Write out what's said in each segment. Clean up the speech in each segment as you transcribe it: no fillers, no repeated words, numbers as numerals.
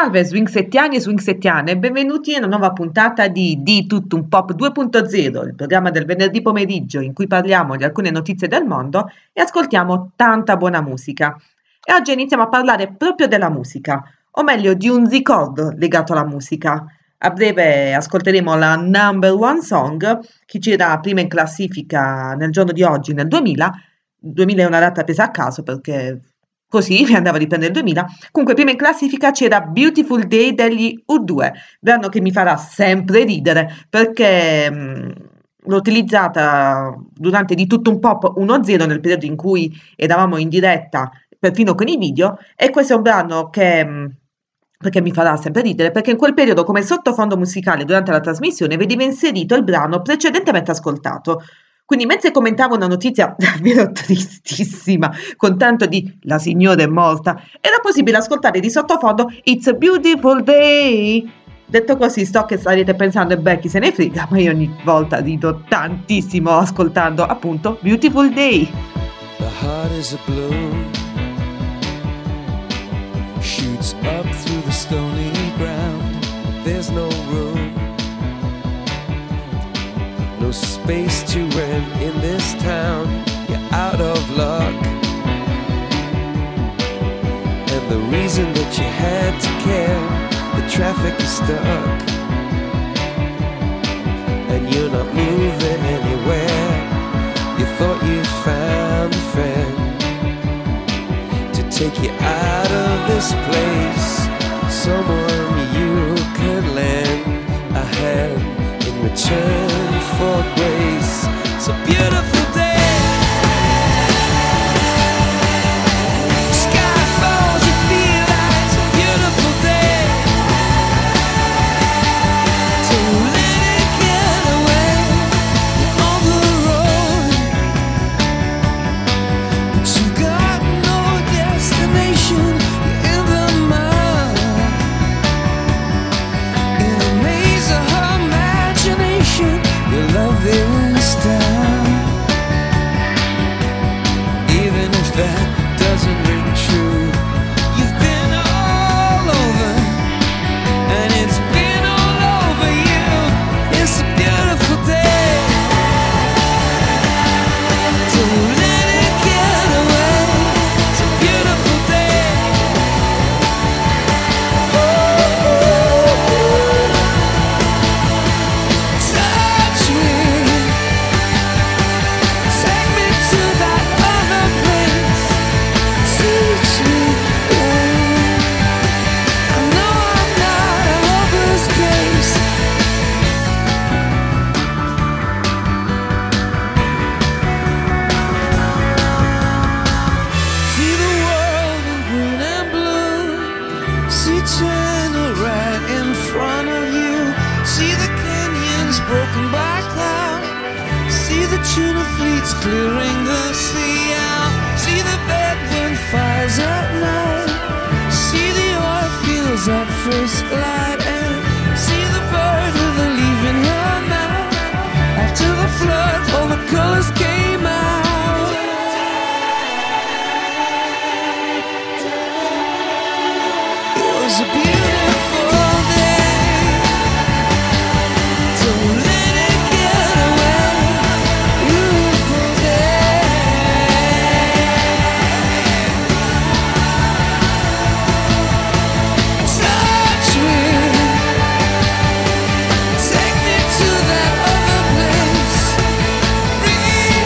Salve swingsettiani e swingsettiane, benvenuti a una nuova puntata di Tutto un Pop 2.0, il programma del venerdì pomeriggio in cui parliamo di alcune notizie del mondo e ascoltiamo tanta buona musica. E oggi iniziamo a parlare proprio della musica, o meglio di un ricordo legato alla musica. A breve ascolteremo la number one song che c'era prima in classifica nel giorno di oggi, nel 2000. 2000 è una data presa a caso perché così mi andava di prendere il 2000. Comunque prima in classifica c'era Beautiful Day degli U2, brano che mi farà sempre ridere perché l'ho utilizzata durante di Tutto un Pop 1.0 nel periodo in cui eravamo in diretta perfino con i video, e questo è un brano che perché mi farà sempre ridere, perché in quel periodo come sottofondo musicale durante la trasmissione veniva inserito il brano precedentemente ascoltato. Quindi mentre commentavo una notizia davvero tristissima, con tanto di "la signora è morta", era possibile ascoltare di sottofondo "It's a beautiful day". Detto così, so che starete pensando, e beh, chi se ne frega, ma io ogni volta rido tantissimo ascoltando appunto Beautiful Day. The heart is a balloon, shoots up through the stony ground. There's no room, no space to rent in this town. You're out of luck, and the reason that you had to care, the traffic is stuck, and you're not moving anywhere. You thought you found a friend to take you out of this place, someone you could lend a hand in return for grace. It's a beautiful day. Sky falls, you feel like it's a beautiful day. Don't let it get away. You're on the road, but you've got no destination. You're in the mud, in a maze of her imagination. Your love is down, even if that doesn't ring true. You've been all over, and it's been all over you. It's a beautiful day. Don't let it get away. It's a beautiful day. Touch me, take me to that other place. Teach me, I know I'm not a hopeless case. See the world in green and blue. See China right in front of you. See the canyons broken by cloud. See the tuna fleets clearing the sea out. See the bedroom fires at night. See the oil fields at first light. And see the bird with a leaf in her mouth. After the flood, all the colors came out. It was a beautiful day. Don't let it get away. Beautiful day. Touch me, take me to that other place. Breathe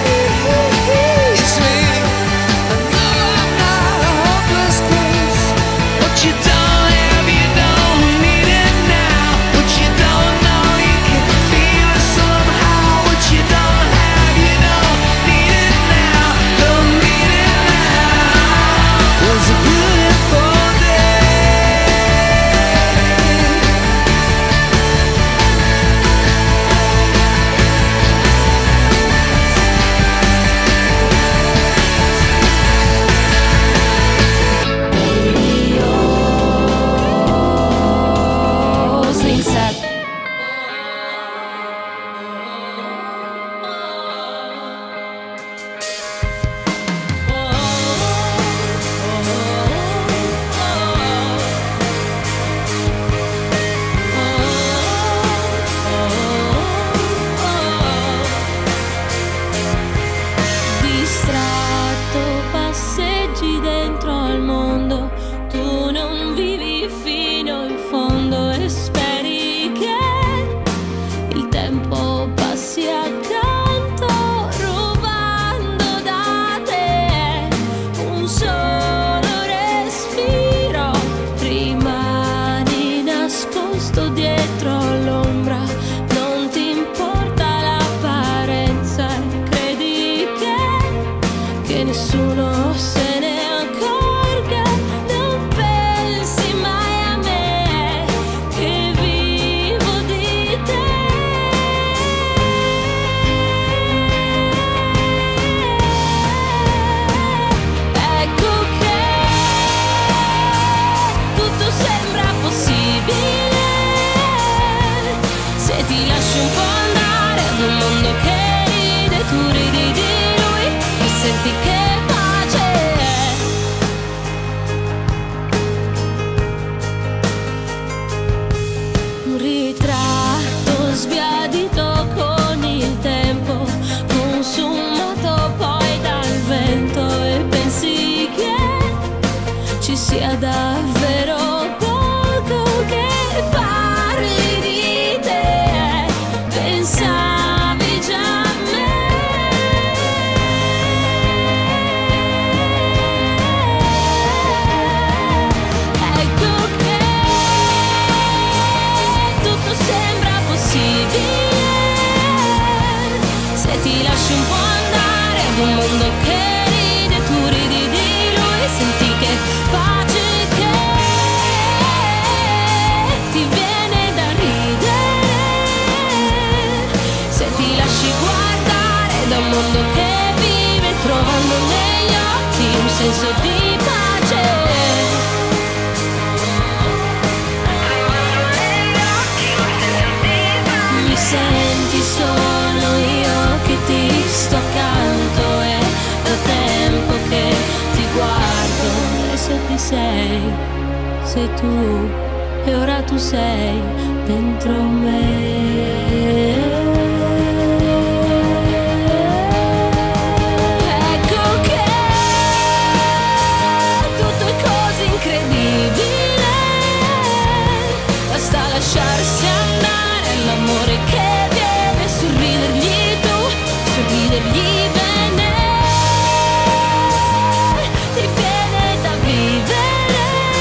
c'è davvero poco che parli di te, pensavi già a me. Ecco che tutto sembra possibile se ti lasci un po' andare ad un mondo che ride, tu ridi di lui, senti che pace che ti viene da ridere, se ti lasci guardare da un mondo che vive trovando negli occhi un senso di pace. Mi senti solo io che ti sto accanto, è da tempo che ti guardo e se ti sei tu e ora tu sei dentro me. Ecco che tutto è così incredibile, basta lasciarsi andare all'amore che viene, sorridergli tu, sorridergli bene, ti viene da vivere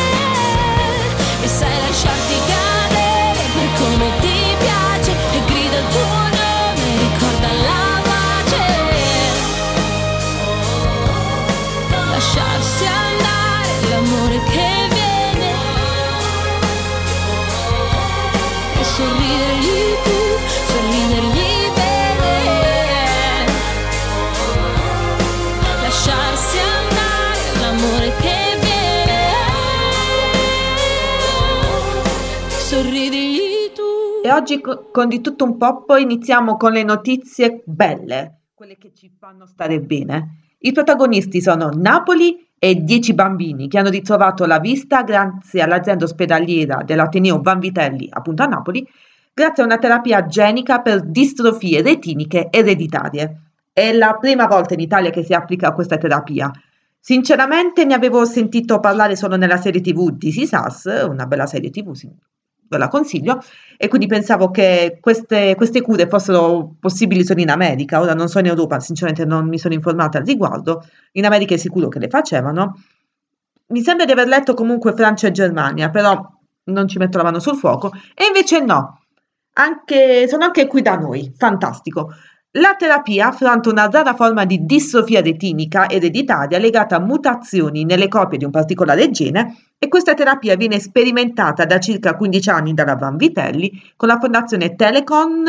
e sai lasciarti cadere per come ti piace e grida il tuo nome, ricorda la pace, lasciarsi andare l'amore che viene e sorridergli tu, sorridergli bene, lasciarsi andare l'amore che viene, sorridergli tu. E oggi con Di tutto un po' poi iniziamo con le notizie belle, quelle che ci fanno stare bene. I protagonisti sono Napoli e 10 bambini che hanno ritrovato la vista grazie all'azienda ospedaliera dell'Ateneo Vanvitelli, appunto a Napoli, grazie a una terapia genica per distrofie retiniche ereditarie. È la prima volta in Italia che si applica questa terapia. Sinceramente ne avevo sentito parlare solo nella serie TV This Is Us, una bella serie TV, sì, ve la consiglio, e quindi pensavo che queste cure fossero possibili solo in America. Ora non so in Europa, sinceramente non mi sono informata al riguardo. In America è sicuro che le facevano. Mi sembra di aver letto comunque Francia e Germania, però non ci metto la mano sul fuoco. E invece no, sono anche qui da noi, fantastico. La terapia affronta una rara forma di distrofia retinica ereditaria legata a mutazioni nelle copie di un particolare gene, e questa terapia viene sperimentata da circa 15 anni dalla Vanvitelli con la fondazione Teleton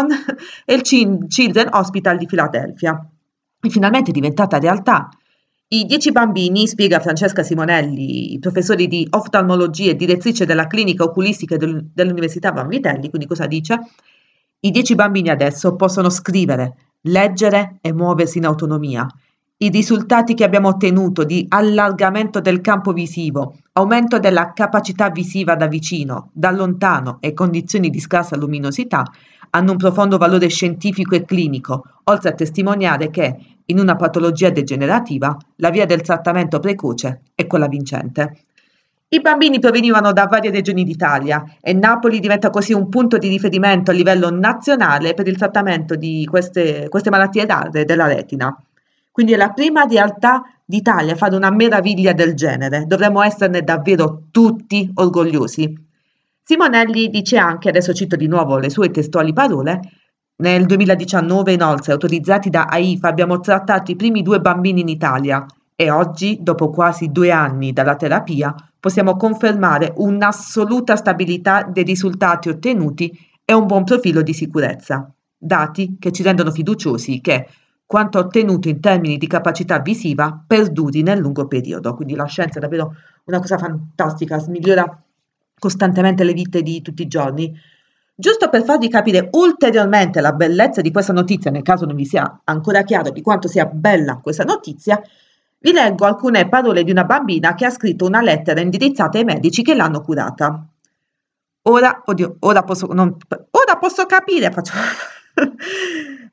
e il Children's Hospital di Filadelfia. E finalmente è diventata realtà. I 10 bambini, spiega Francesca Simonelli, professore di oftalmologia e direttrice della clinica oculistica dell'Università Vanvitelli, quindi cosa dice? I 10 bambini adesso possono scrivere, leggere e muoversi in autonomia. I risultati che abbiamo ottenuto di allargamento del campo visivo, aumento della capacità visiva da vicino, da lontano e condizioni di scarsa luminosità hanno un profondo valore scientifico e clinico, oltre a testimoniare che, in una patologia degenerativa, la via del trattamento precoce è quella vincente. I bambini provenivano da varie regioni d'Italia e Napoli diventa così un punto di riferimento a livello nazionale per il trattamento di queste malattie rare della retina. Quindi è la prima realtà d'Italia a fare una meraviglia del genere. Dovremmo esserne davvero tutti orgogliosi. Simonelli dice anche, adesso cito di nuovo le sue testuali parole, nel 2019 inoltre, autorizzati da AIFA, abbiamo trattato i primi 2 bambini in Italia e oggi, dopo quasi 2 anni dalla terapia, possiamo confermare un'assoluta stabilità dei risultati ottenuti e un buon profilo di sicurezza, dati che ci rendono fiduciosi che quanto ottenuto in termini di capacità visiva perduri nel lungo periodo. Quindi la scienza è davvero una cosa fantastica, migliora costantemente le vite di tutti i giorni. Giusto per farvi capire ulteriormente la bellezza di questa notizia, nel caso non vi sia ancora chiaro di quanto sia bella questa notizia, vi leggo alcune parole di una bambina che ha scritto una lettera indirizzata ai medici che l'hanno curata. Ora posso capire,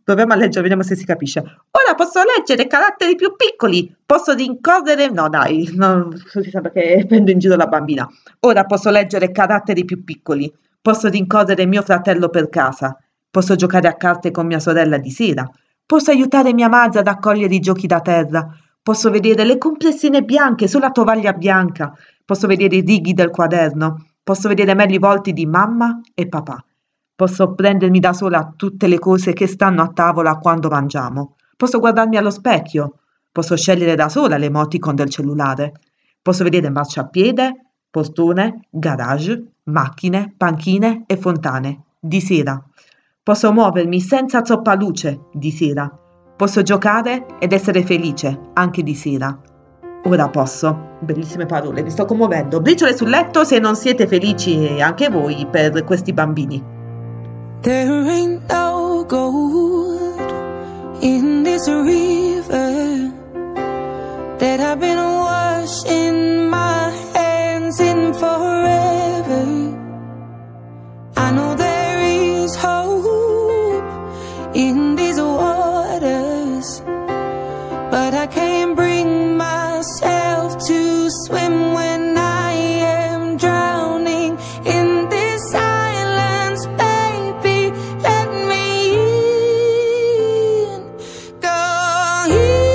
Proviamo a leggere, vediamo se si capisce. Ora posso leggere caratteri più piccoli, posso rincorrere... No dai, così sembra che prendo in giro la bambina. Ora posso leggere caratteri più piccoli, posso rincorrere mio fratello per casa, posso giocare a carte con mia sorella di sera, posso aiutare mia madre ad accogliere i giochi da terra, posso vedere le compressine bianche sulla tovaglia bianca, posso vedere i righi del quaderno, posso vedere meglio i volti di mamma e papà. Posso prendermi da sola tutte le cose che stanno a tavola quando mangiamo. Posso guardarmi allo specchio. Posso scegliere da sola le emoticon del cellulare. Posso vedere marciapiede, portone, garage, macchine, panchine e fontane, di sera. Posso muovermi senza troppa luce, di sera. Posso giocare ed essere felice, anche di sera. Ora posso. Bellissime parole, vi sto commuovendo. Briciole sul letto se non siete felici anche voi per questi bambini. There ain't no gold in this river that I've been washing my hands in forever. I know there is hope in these waters, but I can't bring myself to swim when I am drowning in this silence. Baby, let me in. Go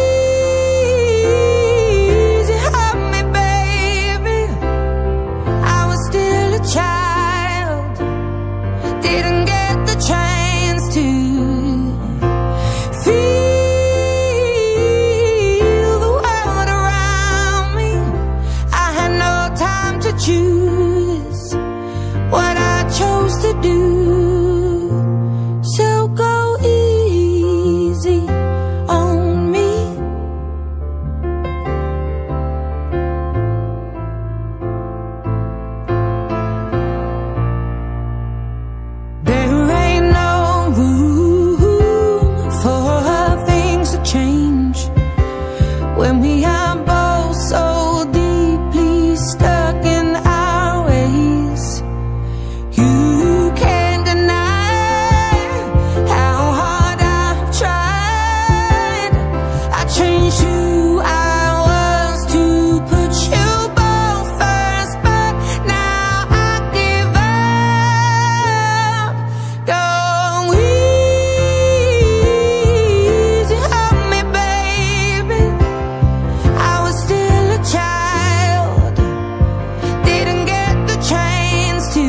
easy, help me, baby. I was still a child, didn't get the chance to feel the world around me. I had no time to choose what I chose to do. So go easy on me. There ain't no room for things to change when we are both so deeply stuck in our ways. You can't deny how hard I've tried. I changed who I was to put you both first, but now I give up. Go easy, help me, baby. I was still a child, didn't get the chance to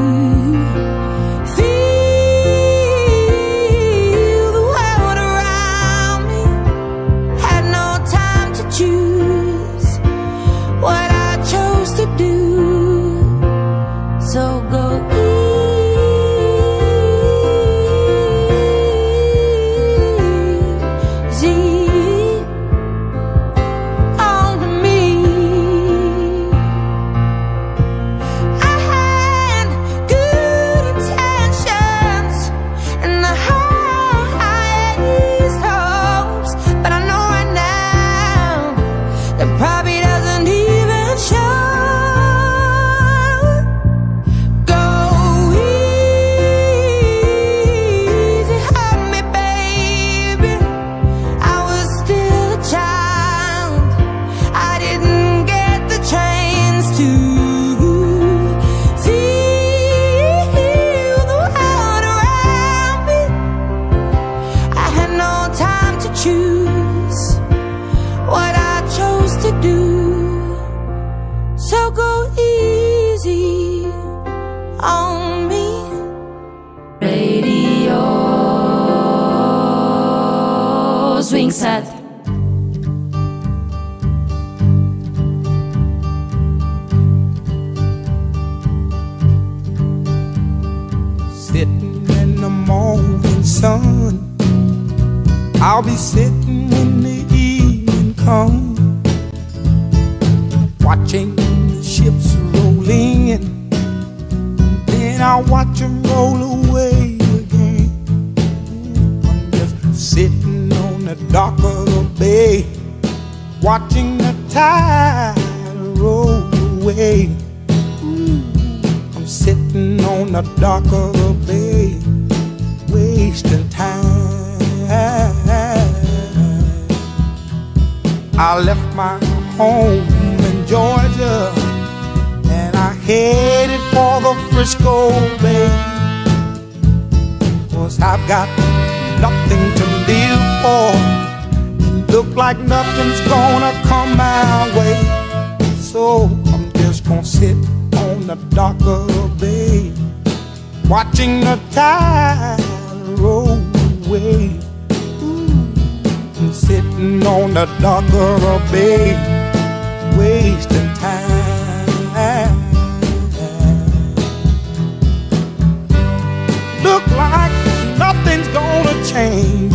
feel the world around me. Had no time to choose what I chose to do. So go easy on me. I had good intentions and the highest hopes, but I know right now that probably doesn't even show. Go easy, help me, baby. I was still a child, I didn't get the chance to feel the world around me. I had no time to choose what I chose to do. So go easy on me. Radio Swing Set. Sitting in the morning sun, I'll be sitting when the evening comes, watching the ships roll in, then I'll watch them roll away again. I'm just sitting on the dock of the bay, watching the tide roll away. I'm sitting on the dock of the bay, wasting time. I left my home in Georgia and I headed for the Frisco Bay. 'Cause I've got nothing to live for, and look like nothing's gonna come my way. So I'm just gonna sit on the dock of the bay, watching the tide roll away. I'm sitting on the dock of the bay, wasting time. Look like nothing's gonna change.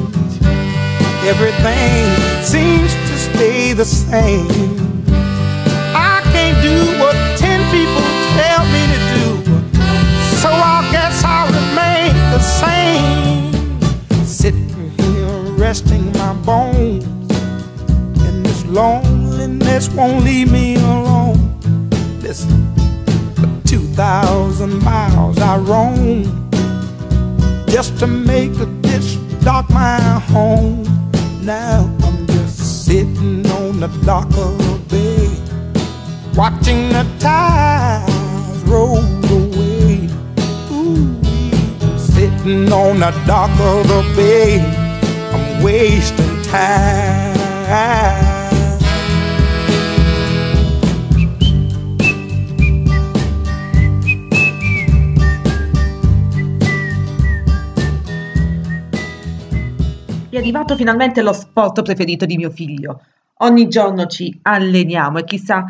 Everything seems to stay the same. I can't do what 10 people tell me to do, so I guess I'll remain the same. Sitting here resting my bones, and this loneliness won't leave me alone. Listen, for 2,000 miles I roam just to make this dock my home. Now I'm just sitting on the dock of the bay, watching the tides roll away. Ooh, I'm sitting on the dock of the bay, I'm wasting time. È arrivato finalmente lo sport preferito di mio figlio. Ogni giorno ci alleniamo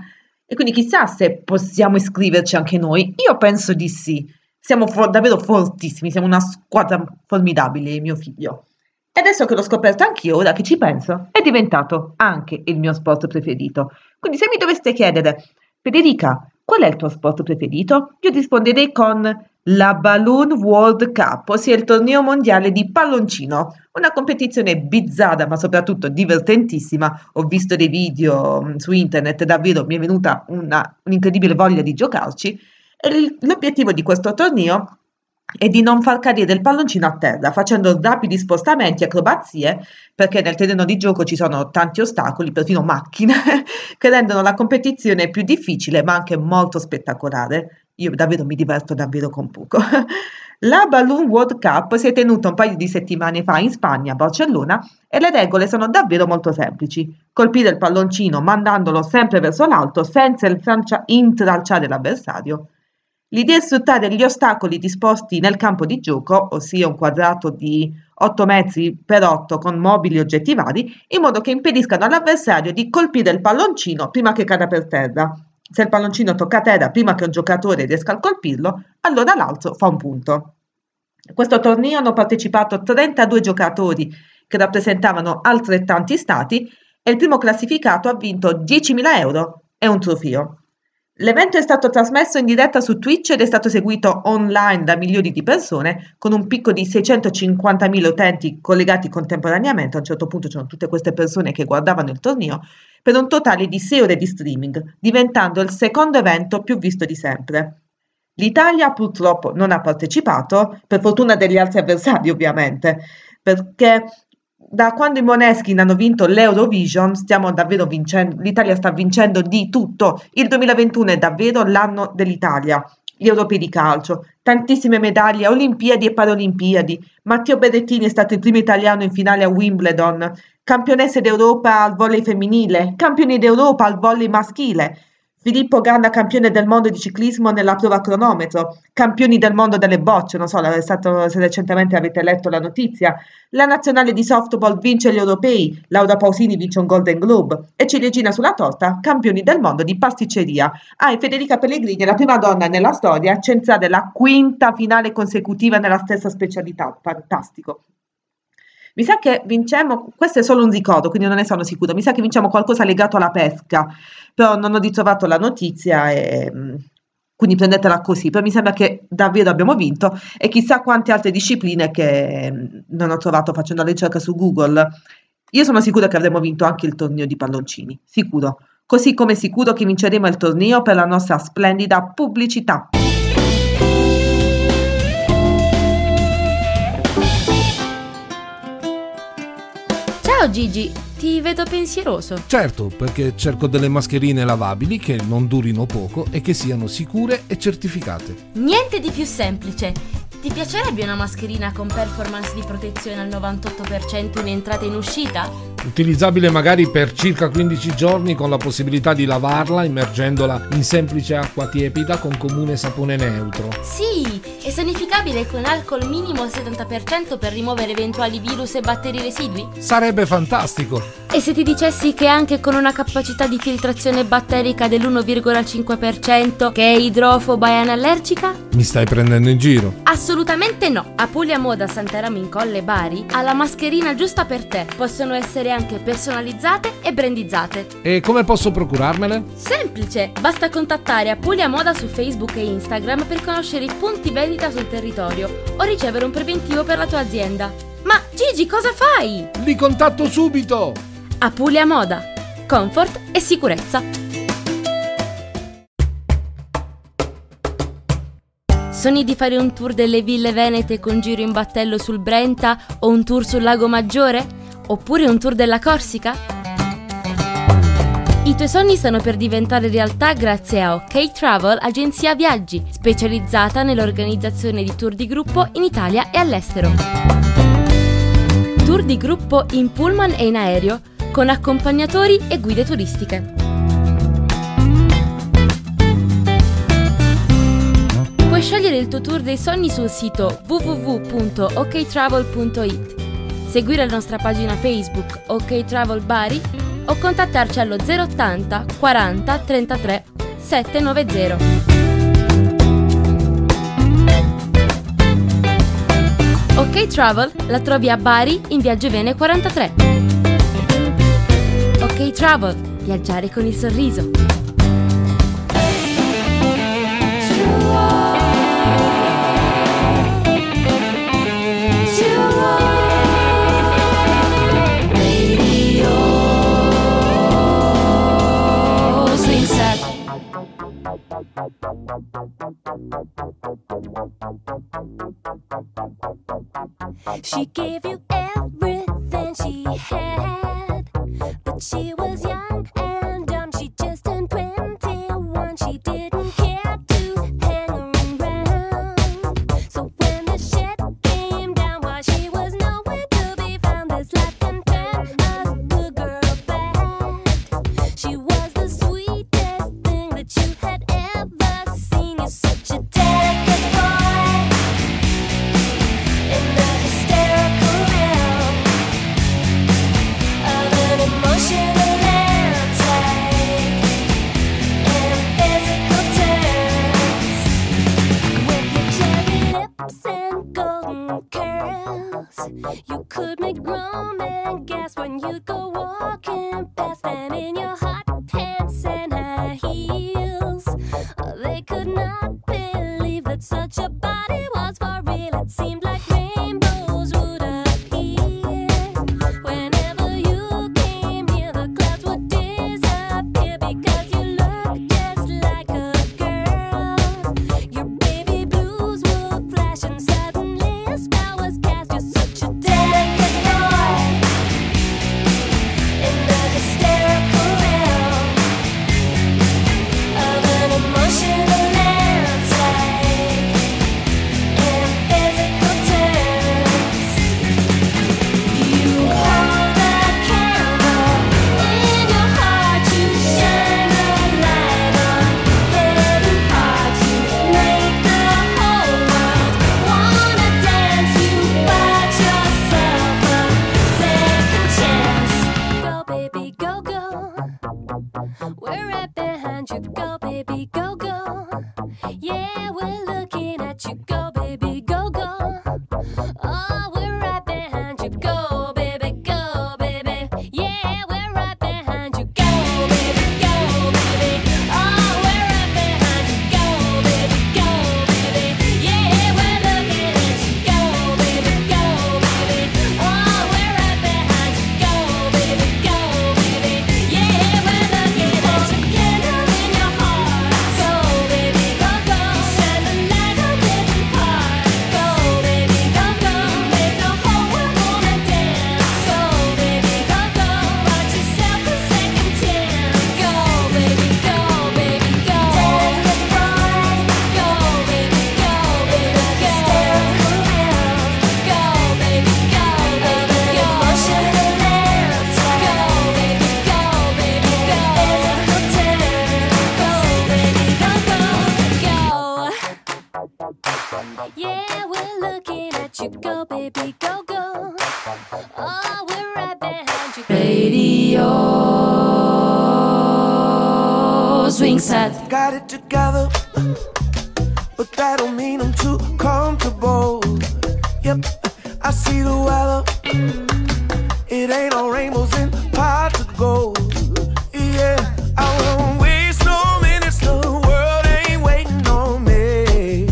e quindi chissà se possiamo iscriverci anche noi. Io penso di sì. Siamo davvero fortissimi, siamo una squadra formidabile, mio figlio. E adesso che l'ho scoperto anch'io, ora che ci penso, è diventato anche il mio sport preferito. Quindi se mi doveste chiedere, Federica, qual è il tuo sport preferito? Io risponderei con la Balloon World Cup, ossia il torneo mondiale di palloncino, una competizione bizzarra ma soprattutto divertentissima. Ho visto dei video su internet, davvero mi è venuta un'incredibile voglia di giocarci, e l'obiettivo di questo torneo è di non far cadere il palloncino a terra, facendo rapidi spostamenti e acrobazie, perché nel terreno di gioco ci sono tanti ostacoli, perfino macchine, che rendono la competizione più difficile ma anche molto spettacolare. Io davvero mi diverto davvero con poco. La Balloon World Cup si è tenuta un paio di settimane fa in Spagna, a Barcellona, e le regole sono davvero molto semplici. Colpire il palloncino mandandolo sempre verso l'alto senza intralciare l'avversario. L'idea è sfruttare gli ostacoli disposti nel campo di gioco, ossia un quadrato di 8 metri per 8 con mobili oggetti vari, in modo che impediscano all'avversario di colpire il palloncino prima che cada per terra. Se il palloncino tocca a terra prima che un giocatore riesca a colpirlo, allora l'altro fa un punto. A questo torneo hanno partecipato 32 giocatori che rappresentavano altrettanti stati e il primo classificato ha vinto 10.000 euro e un trofeo. L'evento è stato trasmesso in diretta su Twitch ed è stato seguito online da milioni di persone, con un picco di 650.000 utenti collegati contemporaneamente. A un certo punto c'erano tutte queste persone che guardavano il torneo, per un totale di 6 ore di streaming, diventando il secondo evento più visto di sempre. L'Italia purtroppo non ha partecipato, per fortuna degli altri avversari ovviamente, perché da quando i Måneskin hanno vinto l'Eurovision stiamo davvero vincendo, l'Italia sta vincendo di tutto. Il 2021 è davvero l'anno dell'Italia. Gli europei di calcio, tantissime medaglie a Olimpiadi e Paralimpiadi. Matteo Berrettini è stato il primo italiano in finale a Wimbledon, campionesse d'Europa al volley femminile, campioni d'Europa al volley maschile. Filippo Ganna, campione del mondo di ciclismo nella prova cronometro, campioni del mondo delle bocce, non so, se recentemente avete letto la notizia. La nazionale di softball vince gli europei, Laura Pausini vince un Golden Globe e ciliegina sulla torta, campioni del mondo di pasticceria. E Federica Pellegrini è la prima donna nella storia a centrare la quinta finale consecutiva nella stessa specialità, fantastico. Mi sa che vinciamo, questo è solo un ricordo, quindi non ne sono sicura, mi sa che vinciamo qualcosa legato alla pesca, però non ho ritrovato la notizia e quindi prendetela così, però mi sembra che davvero abbiamo vinto e chissà quante altre discipline che non ho trovato facendo la ricerca su Google. Io sono sicura che avremo vinto anche il torneo di palloncini, sicuro, così come sicuro che vinceremo il torneo per la nostra splendida pubblicità. Ciao Gigi, ti vedo pensieroso. Certo, perché cerco delle mascherine lavabili che non durino poco e che siano sicure e certificate. Niente di più semplice. Ti piacerebbe una mascherina con performance di protezione al 98% in entrata e in uscita? Utilizzabile magari per circa 15 giorni con la possibilità di lavarla immergendola in semplice acqua tiepida con comune sapone neutro. Sì, e sanificabile con alcol minimo al 70% per rimuovere eventuali virus e batteri residui? Sarebbe fantastico! E se ti dicessi che anche con una capacità di filtrazione batterica dell'1,5% che è idrofoba e anallergica? Mi stai prendendo in giro? Assolutamente no! Apulia Moda Santeramo in Colle Bari ha la mascherina giusta per te. Possono essere anche personalizzate e brandizzate. E come posso procurarmele? Semplice! Basta contattare Apulia Moda su Facebook e Instagram per conoscere i punti vendita sul territorio o ricevere un preventivo per la tua azienda. Ma Gigi, cosa fai? Li contatto subito! Apulia Moda, comfort e sicurezza. Sogni di fare un tour delle ville venete con giro in battello sul Brenta o un tour sul Lago Maggiore? Oppure un tour della Corsica? I tuoi sogni stanno per diventare realtà grazie a OK Travel, agenzia viaggi, specializzata nell'organizzazione di tour di gruppo in Italia e all'estero. Tour di gruppo in pullman e in aereo, con accompagnatori e guide turistiche. Puoi scegliere il tuo tour dei sogni sul sito www.oktravel.it, seguire la nostra pagina Facebook OK Travel Bari o contattarci allo 080 40 33 790. OK Travel la trovi a Bari in via Giovene 43. OK Travel, viaggiare con il sorriso. She gave you everything she had, but she was young and dumb. She just turned 21. She didn't care to hang around. So when the shit came down, while she was nowhere to be found, this life can turn a good girl bad. She was the sweetest thing that you had ever seen. You're such a delicate boy in the hysterical realm of an emotional landscape in physical terms. With your cherry lips and golden curls, you could make grown men gasp when you go walking past them in your hot pants and high heels. They could not believe that such a body was for real. It seemed like rainbows would appear whenever you came near. The clouds would disappear because you look just like a girl. Your baby blues would flash and suddenly a spell was cast. You're such a delicate boy in the hysterical realm of an emotional landscape Yeah, we're looking at you, go baby, go go. Oh, we're right behind you. Radio Swing Set. Got it together, but that don't mean I'm too comfortable. Yep, I see the weather. It ain't all rainbows and pots of gold. Yeah, I won't waste no minutes. The world ain't waiting on me.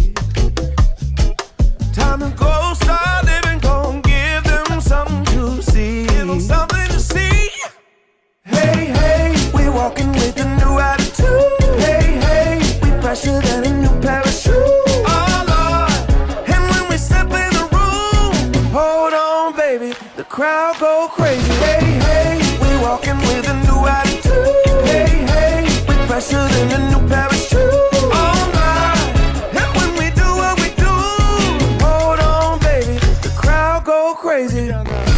Time to go start living. Go give them something to see. Give them something to see. Hey, hey, we're walking with a new attitude. Hey, hey, we fresher than a new parachute. Oh Lord, and when we step in the room, hold on, baby, the crowd go crazy. Hey, hey, we walking with a new attitude. Hey, hey, we fresher than a new parachute. Oh my, and when we do what we do, hold on, baby, the crowd go crazy.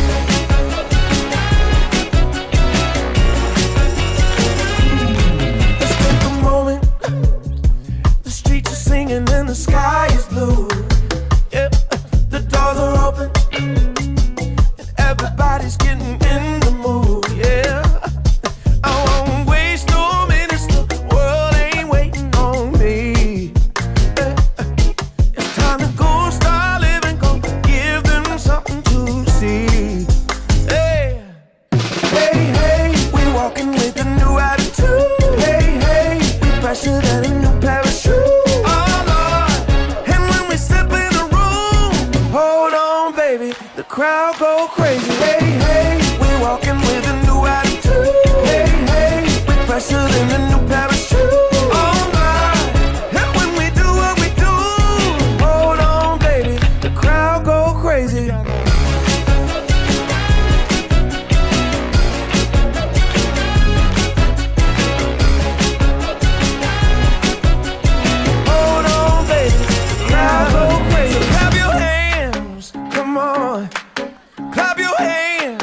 Let's take a moment. The streets are singing and the sky is blue. Yeah, the doors are open and everybody's getting in the mood. Yeah, I won't waste no minutes. The world ain't waiting on me. It's time to go start living. Go give them something to see. Hey, hey, hey, we walking with a new attitude. Hey, hey, we fresher than a new parachute. Oh Lord, and when we step in the room, hold on, baby, the crowd go crazy. Hey, hey, we walking with a new attitude. Hey, hey, we fresher than a new parachute. Oh my, and when we do what we do, hold on, baby, the crowd go crazy. Hold on, baby, the crowd go crazy. So clap your hands, come on, clap your hands,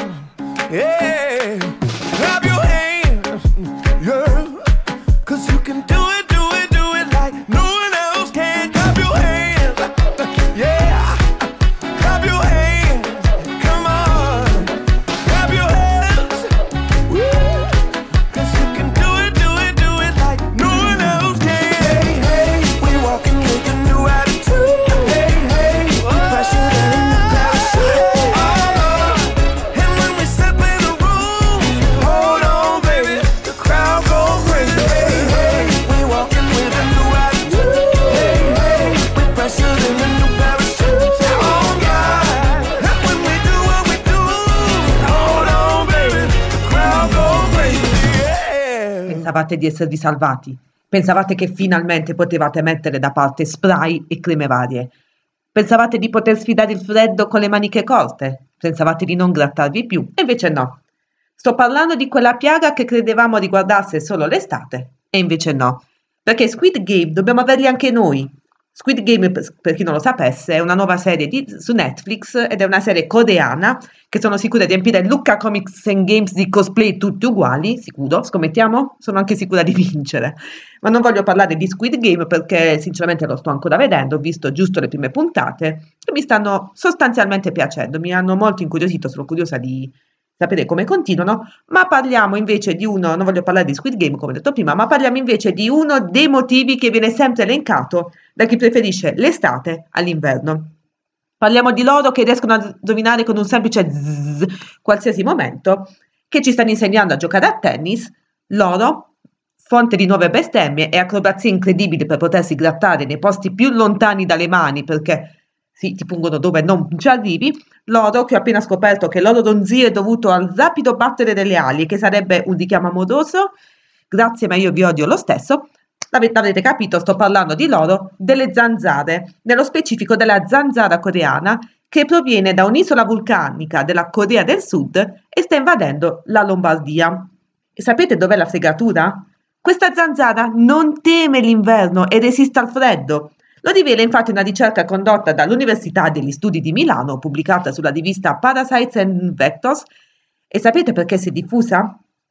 yeah, clap your hands, yeah, 'cause you can do it, do it, do it like no one else can. Clap your hands, yeah, clap your hands, come on, clap your hands, woo, 'cause you can do it like no one else can. Hey, hey, we walking with a new attitude. Hey, hey, we fresher than a new parachute. Oh, and when we step in the room, hold on, baby, the crowd go crazy. Hey, hey, we walking with a new attitude. Hey, hey, we fresher than a new parachute. Oh God, and when we do what we do, hold on, baby, the crowd go crazy. Yeah. Pensavate di esservi salvati? Pensavate che finalmente potevate mettere da parte spray e creme varie? Pensavate di poter sfidare il freddo con le maniche corte? Pensavate di non grattarvi più? E invece no. Sto parlando di quella piaga che credevamo riguardasse solo l'estate, e invece no. Perché Squid Game dobbiamo averli anche noi. Squid Game, per chi non lo sapesse, è una nuova serie su Netflix ed è una serie coreana che sono sicura di riempire Lucca Comics and Games di cosplay tutti uguali, sicuro, scommettiamo? Sono anche sicura di vincere. Ma non voglio parlare di Squid Game perché sinceramente lo sto ancora vedendo, ho visto giusto le prime puntate e mi stanno sostanzialmente piacendo, mi hanno molto incuriosito, sono curiosa di sapere come continuano, ma parliamo invece di uno, non voglio parlare di Squid Game come ho detto prima, ma parliamo invece di uno dei motivi che viene sempre elencato da chi preferisce l'estate all'inverno. Parliamo di loro che riescono a indovinare con un semplice zzz qualsiasi momento, che ci stanno insegnando a giocare a tennis, loro, fonte di nuove bestemmie e acrobazie incredibili per potersi grattare nei posti più lontani dalle mani perché sì, ti pungono dove non ci arrivi, loro che ho appena scoperto che il loro ronzio è dovuto al rapido battere delle ali, che sarebbe un richiamo amoroso, grazie ma io vi odio lo stesso, l'avrete capito, sto parlando di loro, delle zanzare, nello specifico della zanzara coreana che proviene da un'isola vulcanica della Corea del Sud e sta invadendo la Lombardia. E sapete dov'è la fregatura? Questa zanzara non teme l'inverno e resiste al freddo. Lo rivela infatti una ricerca condotta dall'Università degli Studi di Milano, pubblicata sulla rivista Parasites and Vectors. E sapete perché si è diffusa?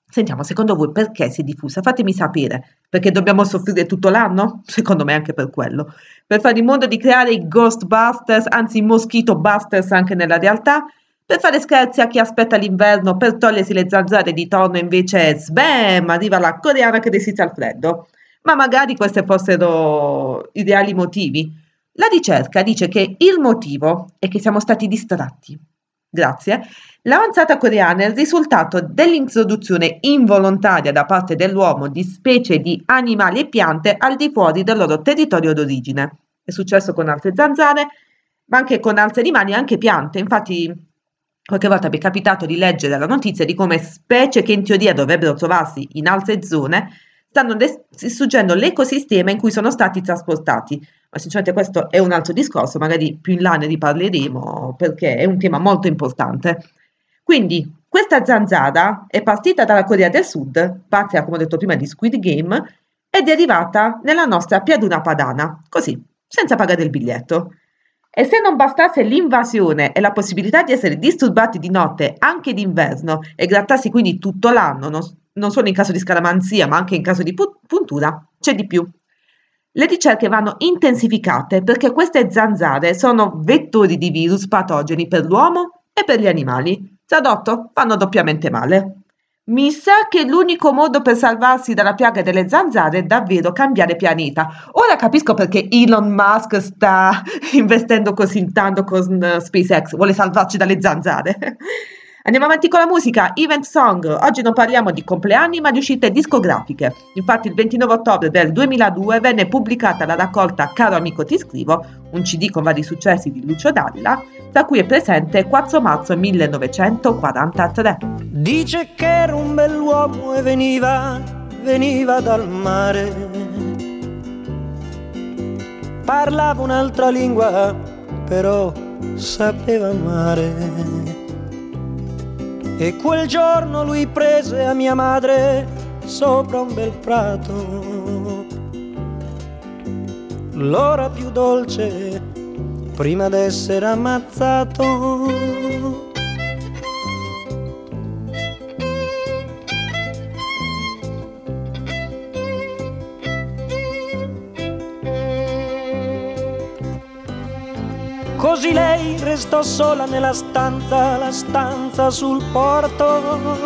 Sentiamo, secondo voi perché si è diffusa? Fatemi sapere, perché dobbiamo soffrire tutto l'anno? Secondo me anche per quello. Per fare in modo di creare i Ghostbusters, anzi i Mosquito Busters anche nella realtà, per fare scherzi a chi aspetta l'inverno, per togliersi le zanzare di torno e invece sbam, arriva la coreana che resiste al freddo. Ma magari questi fossero i reali motivi. La ricerca dice che il motivo è che siamo stati distratti. Grazie. L'avanzata coreana è il risultato dell'introduzione involontaria da parte dell'uomo di specie di animali e piante al di fuori del loro territorio d'origine. È successo con altre zanzare, ma anche con altri animali e anche piante. Infatti, qualche volta mi è capitato di leggere la notizia di come specie che in teoria dovrebbero trovarsi in altre zone stanno distruggendo l'ecosistema in cui sono stati trasportati. Ma sinceramente questo è un altro discorso, magari più in là ne riparleremo perché è un tema molto importante. Quindi questa zanzara è partita dalla Corea del Sud, patria come ho detto prima di Squid Game, ed è arrivata nella nostra piaduna padana, così, senza pagare il biglietto. E se non bastasse l'invasione e la possibilità di essere disturbati di notte anche d'inverno e grattarsi quindi tutto l'anno, non solo in caso di scaramanzia ma anche in caso di puntura, c'è di più. Le ricerche vanno intensificate perché queste zanzare sono vettori di virus patogeni per l'uomo e per gli animali. Tradotto, fanno doppiamente male. Mi sa che l'unico modo per salvarsi dalla piaga delle zanzare è davvero cambiare pianeta. Ora capisco perché Elon Musk sta investendo così tanto con SpaceX, vuole salvarci dalle zanzare. Andiamo avanti con la musica, Event Song. Oggi non parliamo di compleanni ma di uscite discografiche. Infatti il 29 ottobre del 2002 venne pubblicata la raccolta Caro amico ti scrivo, un CD con vari successi di Lucio Dalla, tra cui è presente 4 marzo 1943. Dice che era un bell'uomo e veniva dal mare. Parlava un'altra lingua, però sapeva amare. E quel giorno lui prese a mia madre sopra un bel prato, l'ora più dolce prima d'essere ammazzato. Così lei restò sola nella stanza, la stanza sul porto,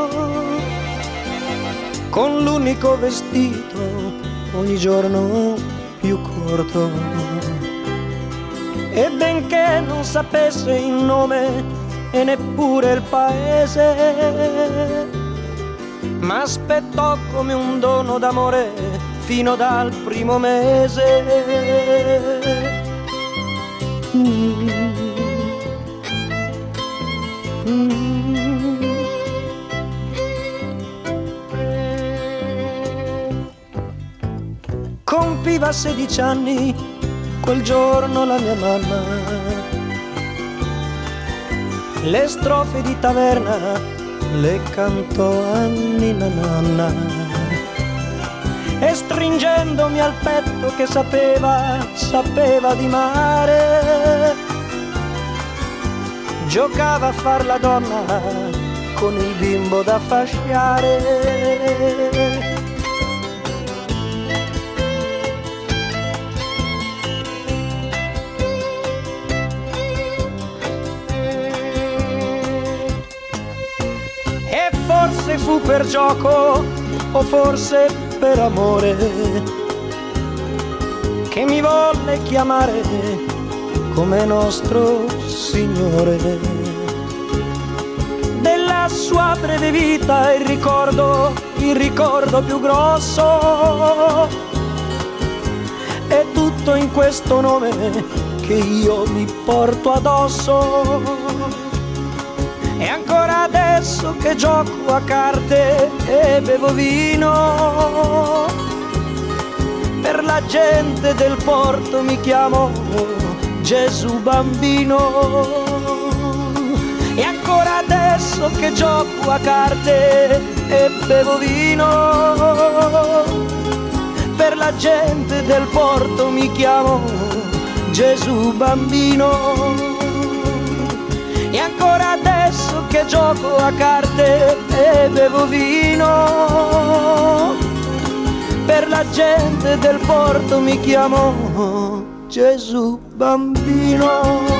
con l'unico vestito ogni giorno più corto. E benché non sapesse il nome e neppure il paese, m'aspettò come un dono d'amore fino dal primo mese. Compiva 16 anni quel giorno la mia mamma, le strofe di taverna le cantò a Ninna Nanna, e stringendomi al petto che sapeva di mare, giocava a far la donna con il bimbo da fasciare. E forse fu per gioco o forse per amore che mi volle chiamare come nostro Signore. Della sua breve vita il ricordo più grosso è tutto in questo nome che io mi porto addosso. E ancora adesso che gioco a carte e bevo vino, per la gente del porto mi chiamo Gesù Bambino. E ancora adesso che gioco a carte e bevo vino, per la gente del porto mi chiamo Gesù Bambino. E ancora adesso che gioco a carte e bevo vino. Per la gente del porto mi chiamo Gesù bambino.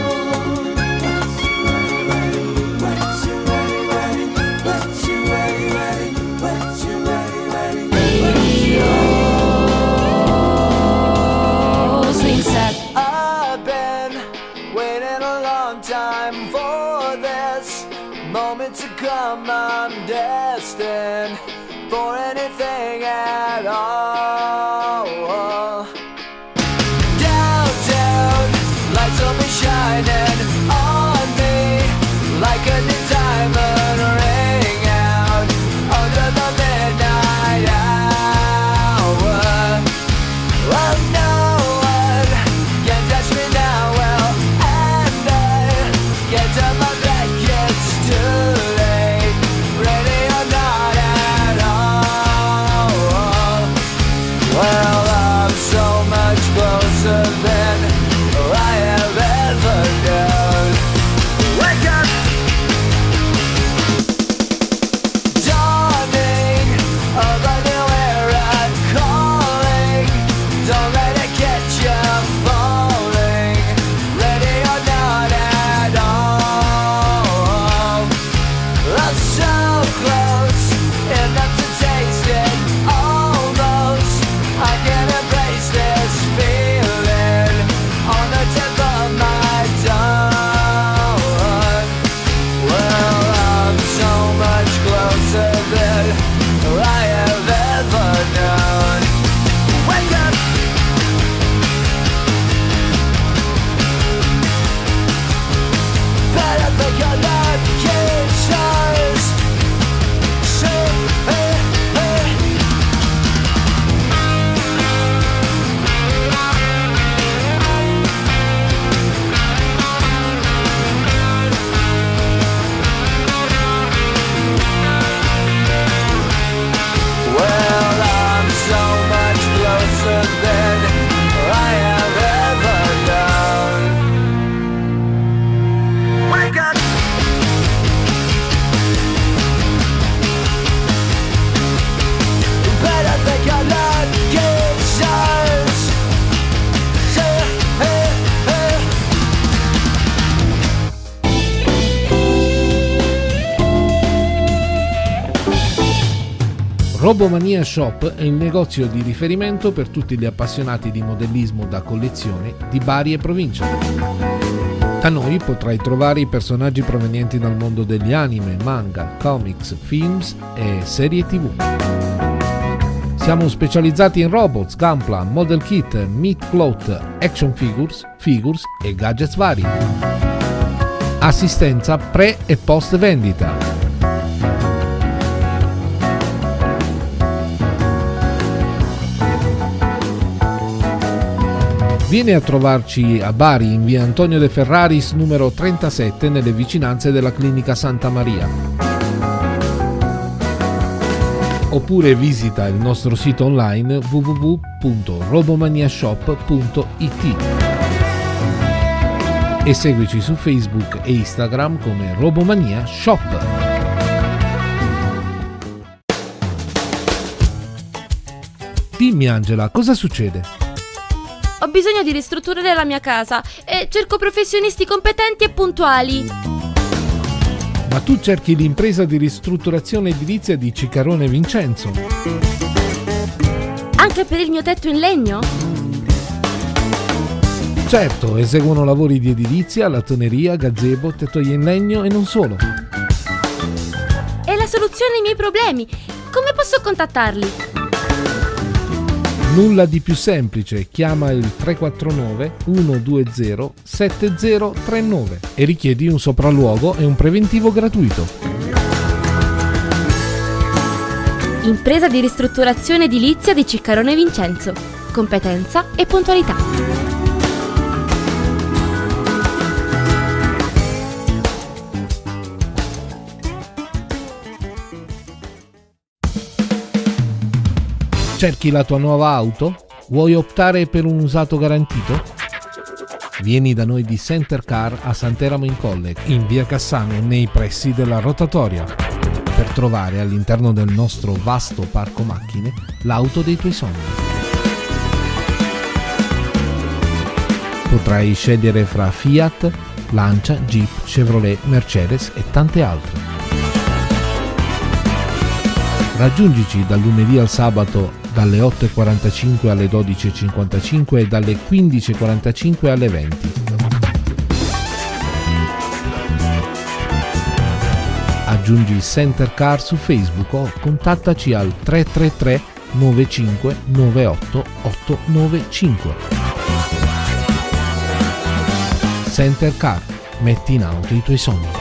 I've been waiting a long time for this moment to come. I'm destined for anything at all. Downtown, lights will be shining on me like a new diamond ring out under the midnight hour. Well, no one can touch me now, well, and I get to my back, it's too late, ready or not at all. Well, I'm so much closer than I have ever known. Wake up! Dawning of a new era calling. Don't let it get you falling, ready or not at all. I'm so close, enough to taste it, almost. I can embrace this feeling on the tip of my tongue. Well, I'm so much closer than I have ever known. Wake up! But I think I love you, stars. So, hey, hey. Well, I'm so much closer than I have ever known. Wake up! But I think I love you, stars. So, hey, hey. Robomania Shop è il negozio di riferimento per tutti gli appassionati di modellismo da collezione di Bari e provincia. Da noi potrai trovare i personaggi provenienti dal mondo degli anime, manga, comics, films e serie TV. Siamo specializzati in robots, gunpla, model kit, meat cloth, action figures, figures e gadgets vari. Assistenza pre e post vendita. Vieni a trovarci a Bari in via Antonio De Ferraris numero 37 nelle vicinanze della clinica Santa Maria. Oppure visita il nostro sito online www.robomaniashop.it e seguici su Facebook e Instagram come Robomania Shop. Dimmi Angela, cosa succede? Ho bisogno di ristrutturare la mia casa e cerco professionisti competenti e puntuali. Ma tu cerchi l'impresa di ristrutturazione edilizia di Ciccarone Vincenzo. Anche per il mio tetto in legno? Certo, eseguono lavori di edilizia, lattoneria, gazebo, tettoie in legno e non solo. È la soluzione ai miei problemi. Come posso contattarli? Nulla di più semplice, chiama il 349 120 7039 e richiedi un sopralluogo e un preventivo gratuito. Impresa di ristrutturazione edilizia di Ciccarone Vincenzo. Competenza e puntualità. Cerchi la tua nuova auto? Vuoi optare per un usato garantito? Vieni da noi di Center Car a Santeramo in Colle, in via Cassano, nei pressi della rotatoria, per trovare all'interno del nostro vasto parco macchine l'auto dei tuoi sogni. Potrai scegliere fra Fiat, Lancia, Jeep, Chevrolet, Mercedes e tante altre. Raggiungici dal lunedì al sabato dalle 8.45 alle 12.55 e dalle 15.45 alle 20. Aggiungi Center Car su Facebook o contattaci al 333 95 98 895. Center Car, metti in auto i tuoi sogni.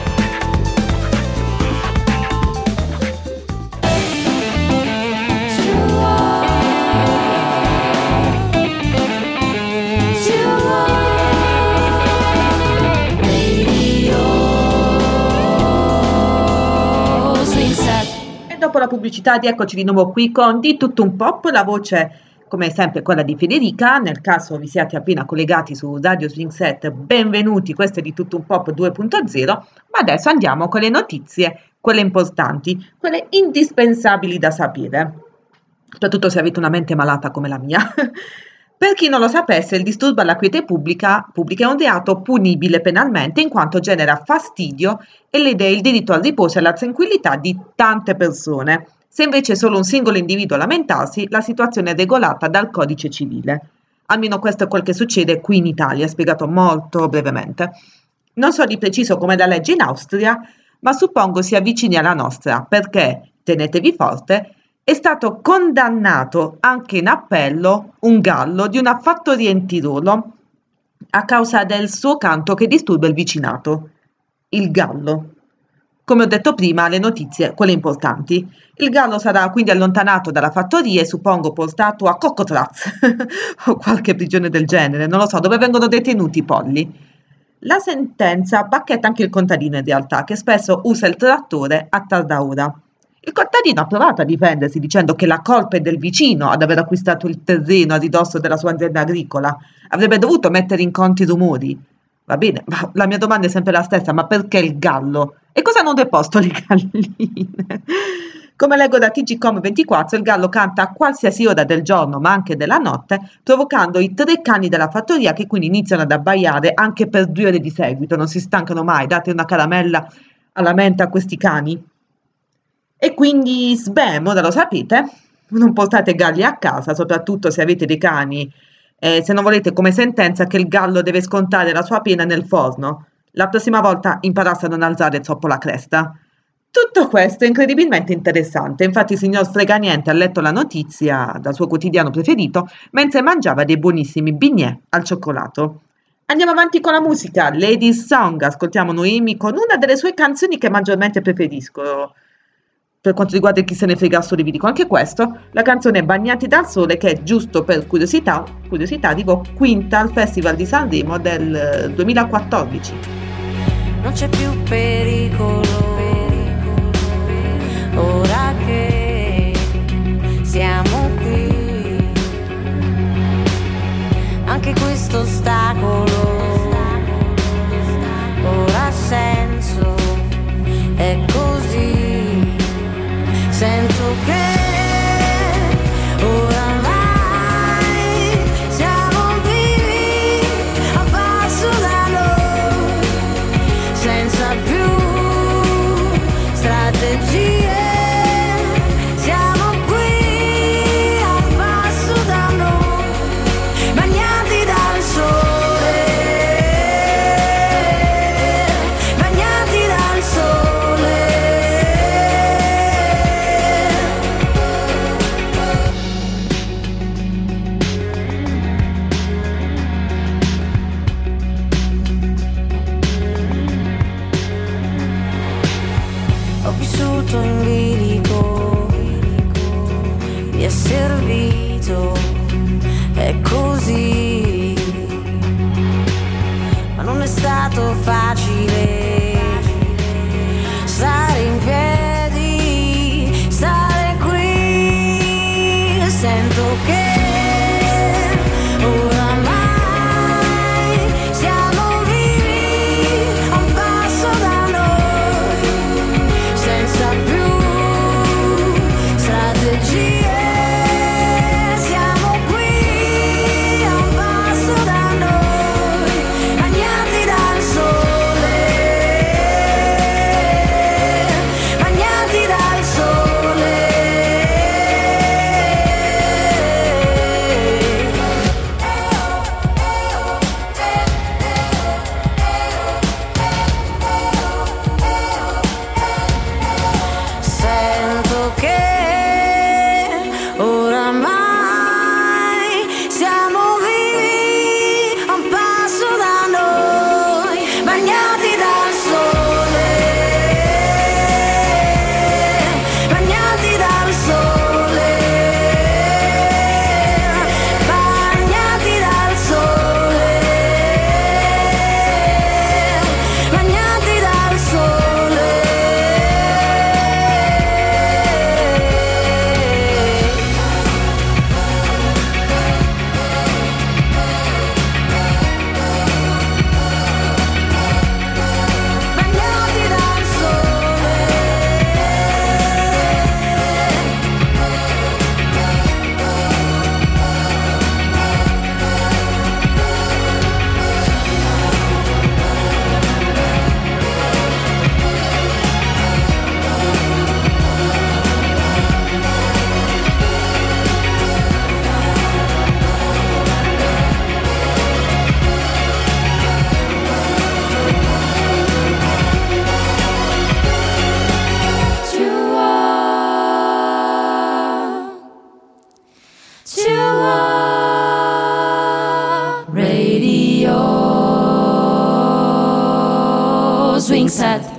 Dopo la pubblicità rieccoci di nuovo qui con Di Tutto Un Pop, la voce come sempre quella di Federica. Nel caso vi siate appena collegati su Radio Swing Set, benvenuti, questo è Di Tutto Un Pop 2.0, ma adesso andiamo con le notizie, quelle importanti, quelle indispensabili da sapere, soprattutto se avete una mente malata come la mia. Per chi non lo sapesse, il disturbo alla quiete pubblica è un reato punibile penalmente in quanto genera fastidio e lede il diritto al riposo e alla tranquillità di tante persone. Se invece è solo un singolo individuo a lamentarsi, la situazione è regolata dal codice civile. Almeno questo è quel che succede qui in Italia, spiegato molto brevemente. Non so di preciso com'è la legge in Austria, ma suppongo si avvicini alla nostra, perché, tenetevi forte, è stato condannato anche in appello un gallo di una fattoria in Tirolo a causa del suo canto che disturba il vicinato. Il gallo. Come ho detto prima, le notizie, quelle importanti. Il gallo sarà quindi allontanato dalla fattoria e suppongo portato a Coccotraz o qualche prigione del genere, non lo so, dove vengono detenuti i polli. La sentenza bacchetta anche il contadino in realtà, che spesso usa il trattore a tarda ora. Il contadino ha provato a difendersi dicendo che la colpa è del vicino ad aver acquistato il terreno a ridosso della sua azienda agricola. Avrebbe dovuto mettere in conto i rumori. Va bene, ma la mia domanda è sempre la stessa, ma perché il gallo? E cosa hanno deposto le galline? Come leggo da TGcom24, il gallo canta a qualsiasi ora del giorno, ma anche della notte, provocando i 3 cani della fattoria che quindi iniziano ad abbaiare anche per 2 ore di seguito, non si stancano mai, date una caramella alla menta a questi cani. E quindi sbam, ora lo sapete, non portate galli a casa, soprattutto se avete dei cani, se non volete come sentenza che il gallo deve scontare la sua pena nel forno. La prossima volta imparasse a non alzare troppo la cresta. Tutto questo è incredibilmente interessante, infatti il signor Freganiente ha letto la notizia dal suo quotidiano preferito mentre mangiava dei buonissimi bignè al cioccolato. Andiamo avanti con la musica, Ladies Song, ascoltiamo Noemi con una delle sue canzoni che maggiormente preferisco. Per quanto riguarda Chi se ne frega soli vi dico anche questo, la canzone Bagnati dal sole che giusto per curiosità arrivò quinta al Festival di Sanremo del 2014. Non c'è più pericolo, ora che siamo qui, anche questo ostacolo ora ha senso, è così. Sento che oramai siamo vivi a passo da noi, senza più strategie, siamo qui a passo da noi, bagnati dal sole, bagnati dal sole. Ho vissuto in bilico, mi è servito, è così, ma non è stato facile stare in piedi, stare qui, sento che oramai siamo swing set.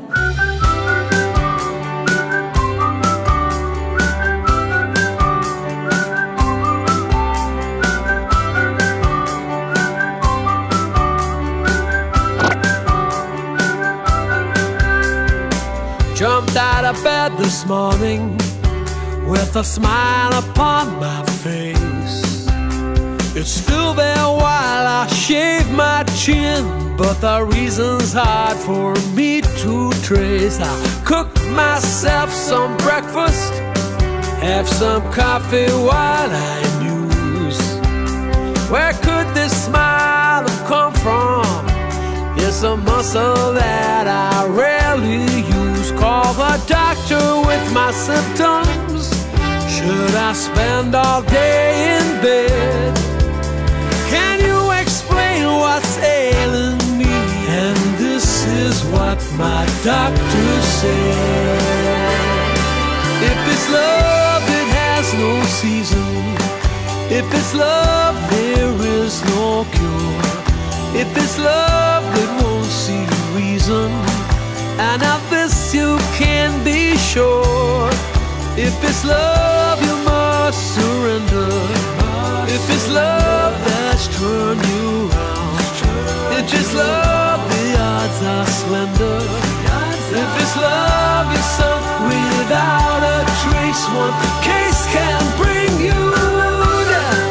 Jumped out of bed this morning with a smile upon my face. It's still there while I shave my chin, but the reason's hard for me to trace. I cook myself some breakfast, have some coffee while I muse. Where could this smile have come from? It's a muscle that I rarely use. Call the doctor with my symptoms. Should I spend all day in bed? Can you explain what's ailing me? And this is what my doctor said. If it's love, it has no season. If it's love, there is no cure. If it's love, it won't see reason. And of this you can be sure. If it's love, you must surrender. If it's love that's turned you round, if it's love, the odds are slender. If it's love, you're sunk without a trace. One case can bring you down.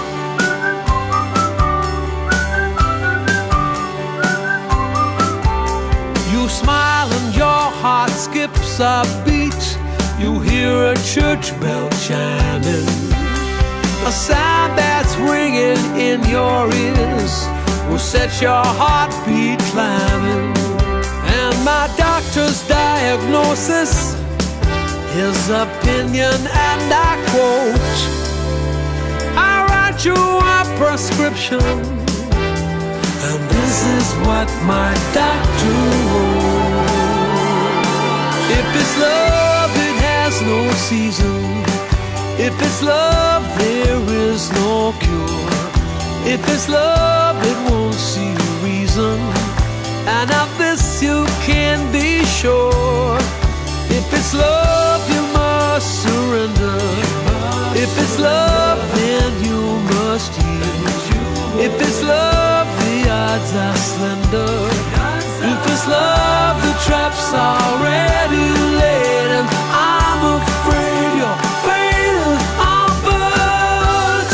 You smile and your heart skips a beat. You hear a church bell chiming, a sound that's ringing in your ears will set your heartbeat climbing. And my doctor's diagnosis, his opinion, and I quote, I write you a prescription, and this is what my doctor wrote. If it's love, it has no season. If it's love, there is no cure. If it's love, it won't see reason. And of this you can be sure. If it's love, you must surrender. If it's love, then you must yield. If it's love, the odds are slender. If it's love, the trap's already laid. And I'm afraid you're faded on but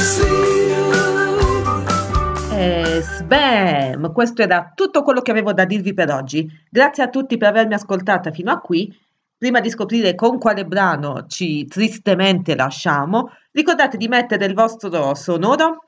sealed. Sbam! Questo era tutto quello che avevo da dirvi per oggi. Grazie a tutti per avermi ascoltata fino a qui. Prima di scoprire con quale brano ci tristemente lasciamo, ricordate di mettere il vostro sonoro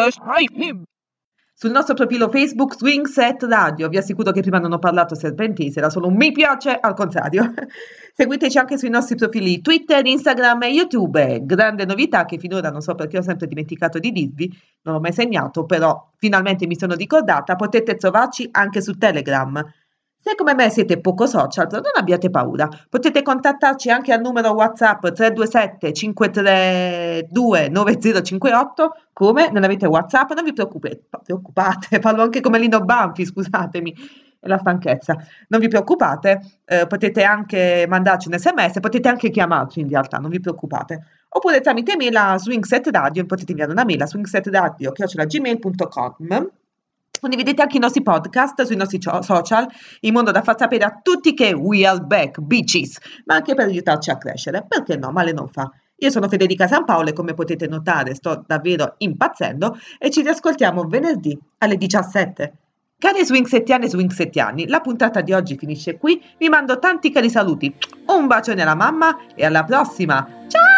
sul nostro profilo Facebook Swing Set Radio. Vi assicuro che prima non ho parlato serpentese, era solo un mi piace al contrario. Seguiteci anche sui nostri profili Twitter, Instagram e YouTube. Grande novità che finora non so perché ho sempre dimenticato di dirvi, non l'ho mai segnato, però finalmente mi sono ricordata, potete trovarci anche su Telegram. Se come me siete poco social, non abbiate paura, potete contattarci anche al numero WhatsApp 327 532 9058. Come? Non avete WhatsApp? Non vi preoccupate, parlo anche come Lino Banfi, scusatemi, è la stanchezza. Non vi preoccupate, potete anche mandarci un SMS, potete anche chiamarci in realtà, non vi preoccupate. Oppure tramite mail a Swingset Radio, potete inviare una mail a swingsetradio@gmail.com. Condividete anche i nostri podcast sui nostri social, in modo da far sapere a tutti che we are back, bitches, ma anche per aiutarci a crescere, perché no, male non fa. Io sono Federica San Paolo e come potete notare sto davvero impazzendo e ci riascoltiamo venerdì alle 17. Cari swingsettiani e swingsettiani, la puntata di oggi finisce qui, vi mando tanti cari saluti, un bacione alla mamma e alla prossima, ciao!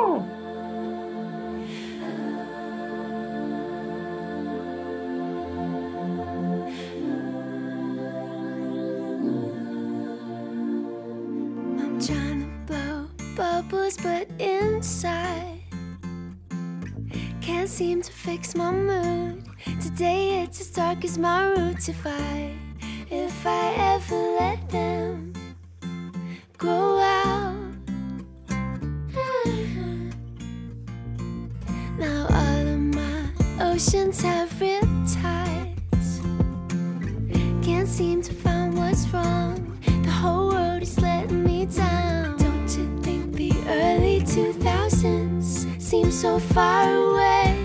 Trying to blow bubbles, but inside can't seem to fix my mood. Today it's as dark as my roots. If I ever let them grow out. Now all of my oceans have riptides. Can't seem to find what's wrong. seems so far away.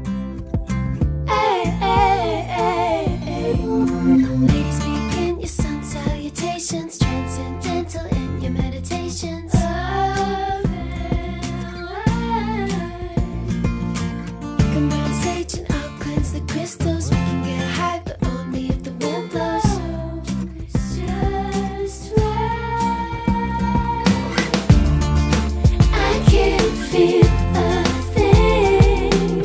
Hey, hey, hey, hey. Ladies, begin your sun salutations, transcendental in your meditations. You can burn sage and I'll cleanse the crystals. We can get high, but only if the wind blows. It's just right. I can't feel a thing.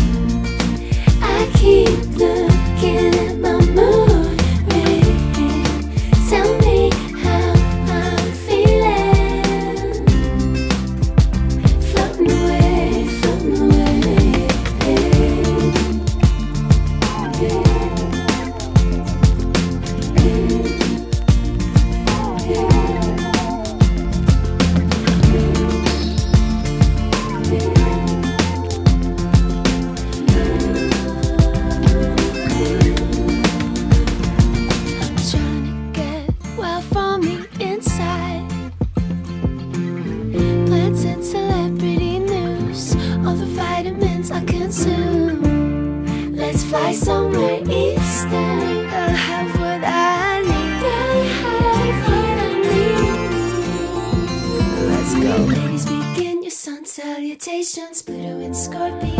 I keep looking at my moon ring. Tell me how I'm feeling. Floating away, floating away. I'm trying to get well from the inside. Plants and celebrity news, all the vitamins I consume. Let's fly somewhere eastern. I'll have what I need. I'll have what I need. Let's go. Ladies, begin your sun salutations. Pluto in Scorpio.